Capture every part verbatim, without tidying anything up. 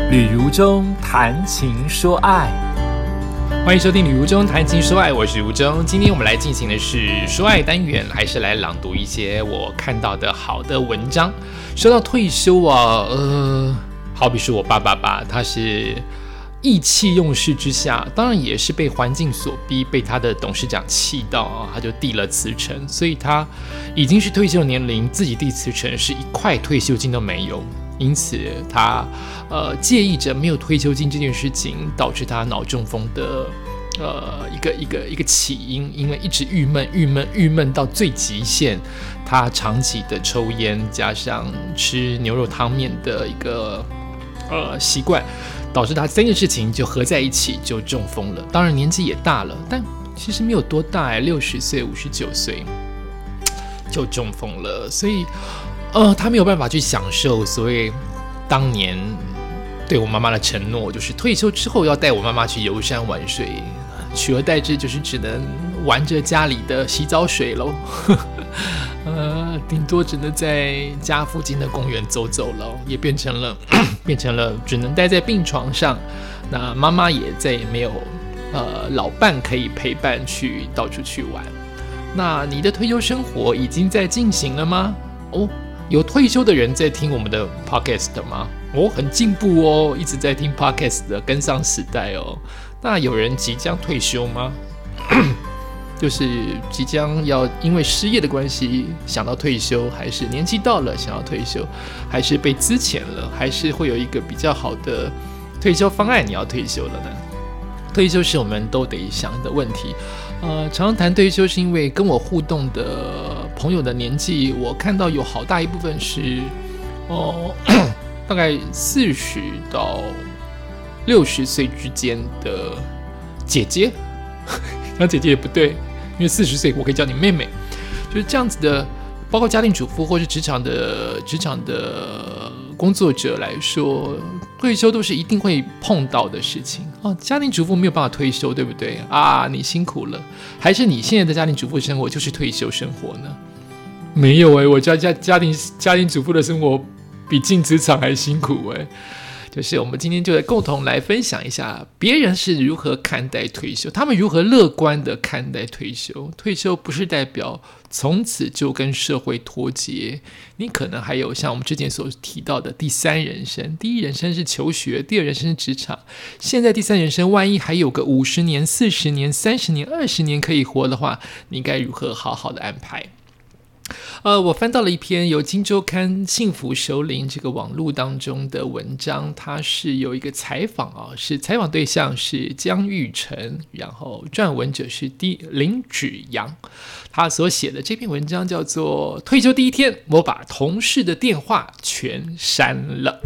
旅如中谈情说爱， 欢迎收听旅如中谈情说爱，我是如中。今天我们来进行的是说爱单元，还是来朗读一些我看到的好的文章。说到退休啊，呃，好比说我爸爸吧，他是意气用事之下，当然也是被环境所逼，被他的董事长气到啊，他就递了辞呈，所以他已经是退休年龄，自己递辞呈是一块退休金都没有。因此他呃介意着没有退休金这件事情，导致他脑中风的呃一个一个一个起因，因为一直郁闷郁闷郁闷到最极限，他长期的抽烟加上吃牛肉汤面的一个呃习惯，导致他三件事情就合在一起就中风了。当然年纪也大了，但其实没有多大，六十岁五十九岁就中风了，所以呃，他没有办法去享受所谓当年对我妈妈的承诺，就是退休之后要带我妈妈去游山玩水，取而代之就是只能玩着家里的洗澡水咯呃，顶多只能在家附近的公园走走了，也变成了变成了只能待在病床上。那妈妈也再也没有呃老伴可以陪伴去到处去玩。那你的退休生活已经在进行了吗？哦。有退休的人在听我们的 podcast 吗？哦，很进步哦，一直在听 podcast 的，跟上时代哦。那有人即将退休吗？就是即将要因为失业的关系想到退休，还是年纪到了想要退休，还是被资遣了，还是会有一个比较好的退休方案你要退休了呢？退休是我们都得想的问题。呃，常常谈退休是因为跟我互动的朋友的年纪，我看到有好大一部分是哦，大概四十到六十岁之间的姐姐，讲姐姐也不对，因为四十岁我可以叫你妹妹，就是这样子的，包括家庭主妇或是职场的职场的工作者来说，退休都是一定会碰到的事情哦。家庭主妇没有办法退休，对不对啊？你辛苦了，还是你现在的家庭主妇生活就是退休生活呢？没有哎、欸，我家家家庭家庭主妇的生活比进职场还辛苦哎、欸。就是我们今天就来共同来分享一下别人是如何看待退休，他们如何乐观的看待退休。退休不是代表从此就跟社会脱节，你可能还有像我们之前所提到的第三人生，第一人生是求学，第二人生是职场，现在第三人生万一还有个五十年、四十年、三十年、二十年可以活的话，你该如何好好的安排？呃，我翻到了一篇由今周刊幸福首领这个网络当中的文章，它是有一个采访啊，是采访对象是江玉成，然后撰文者是林芷阳，他所写的这篇文章叫做《退休第一天，我把同事的电话全删了》。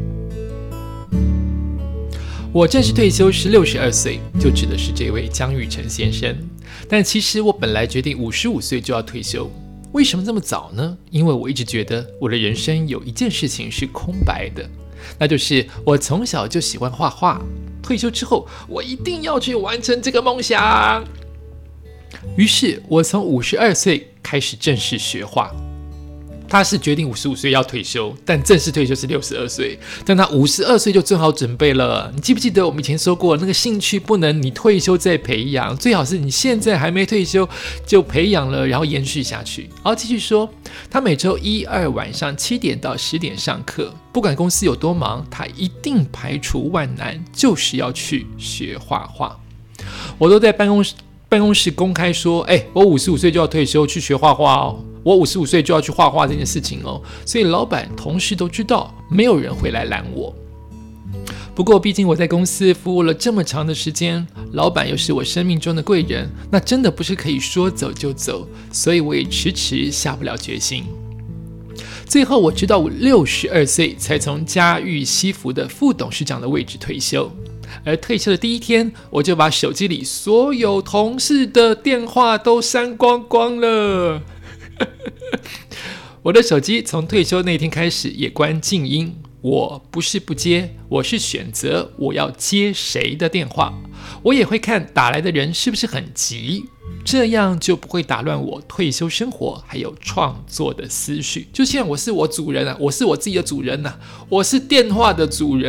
我正式退休是六十二岁，就指的是这位江玉成先生。但其实我本来决定五十五岁就要退休。为什么这么早呢？因为我一直觉得我的人生有一件事情是空白的，那就是我从小就喜欢画画，退休之后我一定要去完成这个梦想。于是我从五十二岁开始正式学画。他是决定五十五岁要退休，但正式退休是六十二岁，但他五十二岁就做好准备了。你记不记得我们以前说过，那个兴趣不能你退休再培养，最好是你现在还没退休就培养了，然后延续下去。然后继续说，他每周一二晚上七点到十点上课，不管公司有多忙，他一定排除万难，就是要去学画画。我都在办公室办公室公开说，哎、欸，我五十五岁就要退休去学画画哦。我五十五岁就要去画画这件事情哦，所以老板同事都知道，没有人会来拦我。不过毕竟我在公司服务了这么长的时间，老板又是我生命中的贵人，那真的不是可以说走就走，所以我也迟迟下不了决心。最后我直到我六十二岁才从家喻西服的副董事长的位置退休。而退休的第一天，我就把手机里所有同事的电话都删光光了。我的手机从退休那天开始也关静音，我不是不接，我是选择我要接谁的电话。我也会看打来的人是不是很急，这样就不会打乱我退休生活还有创作的思绪。就像我是我主人啊，我是我自己的主人啊，我是电话的主人啊，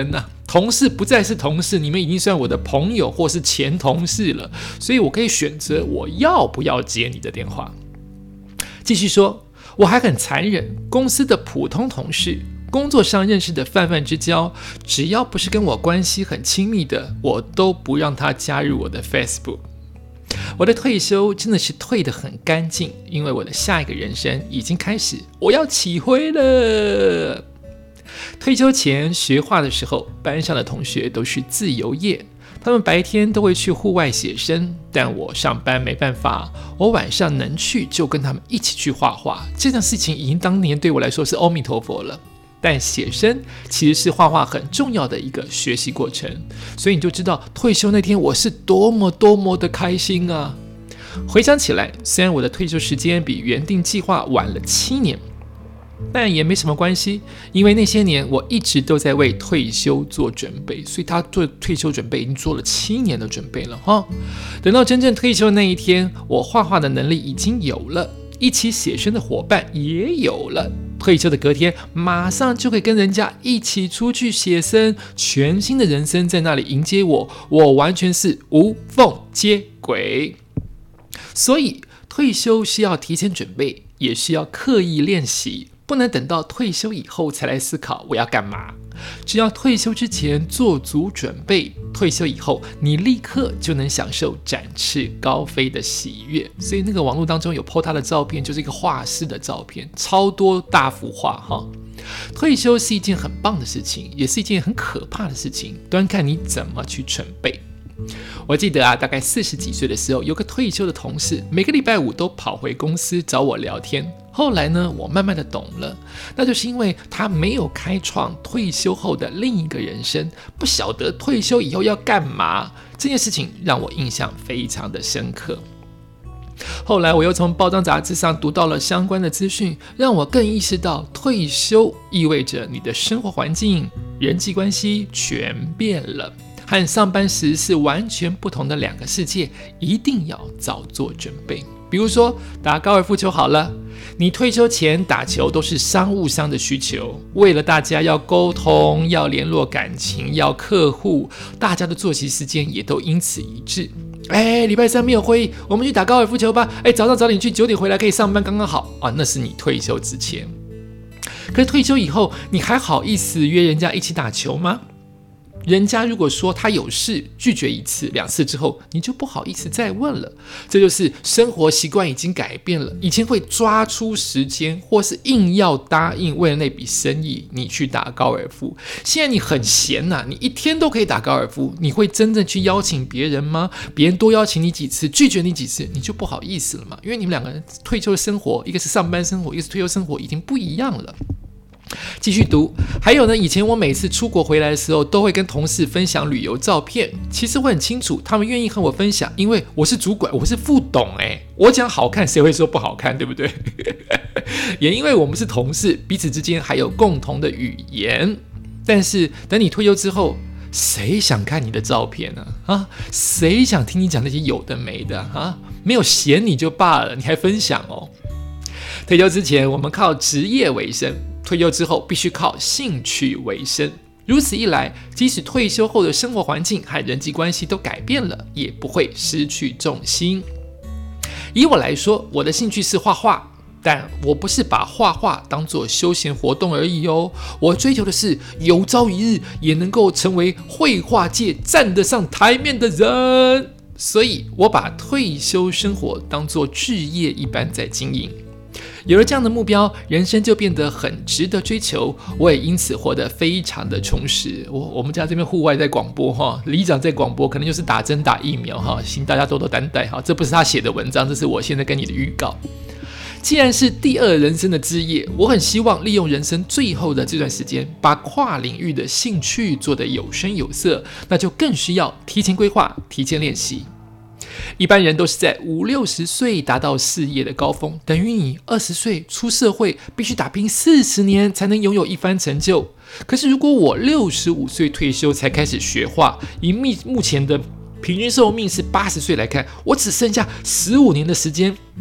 同事不再是同事，你们已经算我的朋友或是前同事了，所以我可以选择我要不要接你的电话。继续说，我还很残忍，公司的普通同事，工作上认识的泛泛之交，只要不是跟我关系很亲密的，我都不让他加入我的 Facebook。 我的退休真的是退得很干净，因为我的下一个人生已经开始，我要起飞了。退休前学画的时候，班上的同学都是自由业，他们白天都会去户外写生，但我上班没办法，我晚上能去就跟他们一起去画画。这件事情已经当年对我来说是阿弥陀佛了。但写生其实是画画很重要的一个学习过程，所以你就知道退休那天我是多么多么的开心啊！回想起来，虽然我的退休时间比原定计划晚了七年，但也没什么关系，因为那些年我一直都在为退休做准备，所以他做退休准备已经做了七年的准备了哈。等到真正退休的那一天，我画画的能力已经有了，一起写生的伙伴也有了。退休的隔天，马上就可以跟人家一起出去写生，全新的人生在那里迎接我，我完全是无缝接轨。所以退休是要提前准备，也是要刻意练习，不能等到退休以后才来思考我要干嘛。只要退休之前做足准备，退休以后你立刻就能享受展翅高飞的喜悦。所以那个网络当中有 po 他的照片，就是一个画室的照片，超多大幅画哈。退休是一件很棒的事情，也是一件很可怕的事情，端看你怎么去准备。我记得啊，大概四十几岁的时候，有个退休的同事，每个礼拜五都跑回公司找我聊天。后来呢，我慢慢的懂了，那就是因为他没有开创退休后的另一个人生，不晓得退休以后要干嘛。这件事情让我印象非常的深刻。后来我又从报章杂志上读到了相关的资讯，让我更意识到退休意味着你的生活环境、人际关系全变了，和上班时是完全不同的两个世界，一定要早做准备。比如说打高尔夫球好了，你退休前打球都是商务上的需求，为了大家要沟通，要联络感情，要客户，大家的作息时间也都因此一致。哎，礼拜三没有会议，我们去打高尔夫球吧。哎，早上早点去，九点回来可以上班，刚刚好啊。那是你退休之前。可是退休以后，你还好意思约人家一起打球吗？人家如果说他有事，拒绝一次两次之后，你就不好意思再问了。这就是生活习惯已经改变了，以前会抓出时间，或是硬要答应为了那笔生意你去打高尔夫。现在你很闲啊，你一天都可以打高尔夫，你会真正去邀请别人吗？别人多邀请你几次，拒绝你几次，你就不好意思了嘛。因为你们两个人退休的生活，一个是上班生活，一个是退休生活，已经不一样了。继续读，还有呢，以前我每次出国回来的时候，都会跟同事分享旅游照片。其实我很清楚，他们愿意和我分享，因为我是主管，我是副董哎，我讲好看，谁会说不好看，对不对？也因为我们是同事，彼此之间还有共同的语言。但是等你退休之后，谁想看你的照片呢？啊，谁想听你讲那些有的没的啊？没有嫌你就罢了，你还分享哦。退休之前，我们靠职业为生。退休之后必须靠兴趣为生，如此一来，即使退休后的生活环境和人际关系都改变了，也不会失去重心。以我来说，我的兴趣是画画，但我不是把画画当作休闲活动而已哦，我追求的是有朝一日也能够成为绘画界站得上台面的人，所以我把退休生活当作志业一般在经营。有了这样的目标，人生就变得很值得追求，我也因此活得非常的充实。 我, 我们家这边户外在广播哈，里长在广播，可能就是打针打疫苗哈，请大家多多担待哈。这不是他写的文章，这是我现在跟你的预告。既然是第二人生的志业，我很希望利用人生最后的这段时间，把跨领域的兴趣做得有声有色，那就更需要提前规划，提前练习。一般人都是在五六十岁达到事业的高峰，等于你二十岁出社会，必须打拼四十年才能拥有一番成就。可是如果我六十五岁退休才开始学画，以目前的平均寿命是八十岁来看，我只剩下十五年的时间，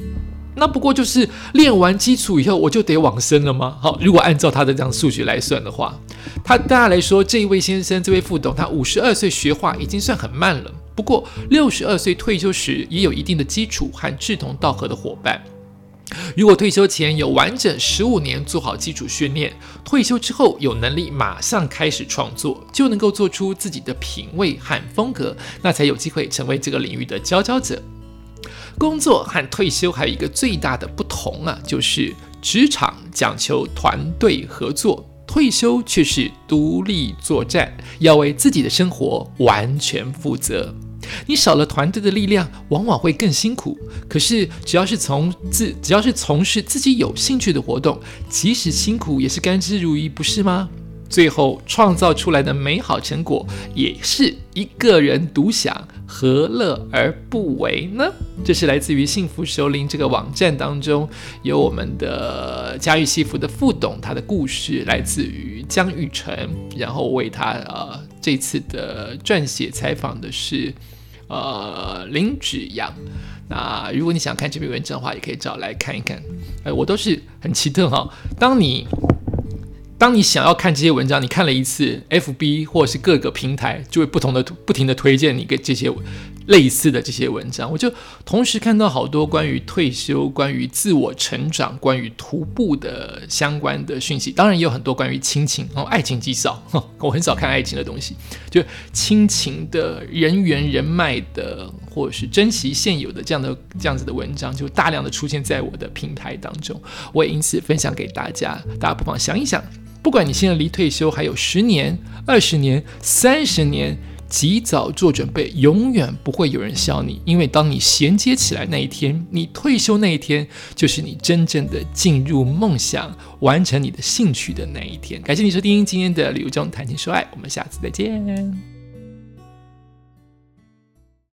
那不过就是练完基础以后我就得往生了吗？好，如果按照他的这样数学来算的话，他大家来说，这一位先生，这位副董，他五十二岁学画已经算很慢了。不过六十二岁退休时也有一定的基础和志同道合的伙伴。如果退休前有完整十五年做好基础训练，退休之后有能力马上开始创作，就能够做出自己的品味和风格，那才有机会成为这个领域的佼佼者。工作和退休还有一个最大的不同啊，就是职场讲求团队合作，退休却是独立作战，要为自己的生活完全负责。你少了团队的力量，往往会更辛苦。可是只要是从自只要是从事自己有兴趣的活动，即使辛苦也是甘之如饴，不是吗？最后创造出来的美好成果，也是一个人独享，何乐而不为呢？这是来自于幸福熟龄这个网站当中，有我们的家喻西服的副董，他的故事来自于江玉成，然后为他呃这次的撰写采访的是呃林芷阳。那如果你想看这篇文章的话，也可以找来看一看。呃，我都是很奇特哈，当你当你想要看这些文章，你看了一次 F B 或者是各个平台就会不同的不停的推荐你给这些类似的这些文章，我就同时看到好多关于退休、关于自我成长、关于徒步的相关的讯息，当然也有很多关于亲情、哦、爱情极少，我很少看爱情的东西，就亲情的、人缘人脉的，或者是珍惜现有的这样的这样子的文章，就大量的出现在我的平台当中，我也因此分享给大家，大家不妨想一想。不管你现在离退休还有十年、二十年、三十年，及早做准备，永远不会有人笑你，因为当你衔接起来那一天，你退休那一天，就是你真正的进入梦想、完成你的兴趣的那一天。感谢你收听今天的旅游中谈情说爱，我们下次再见。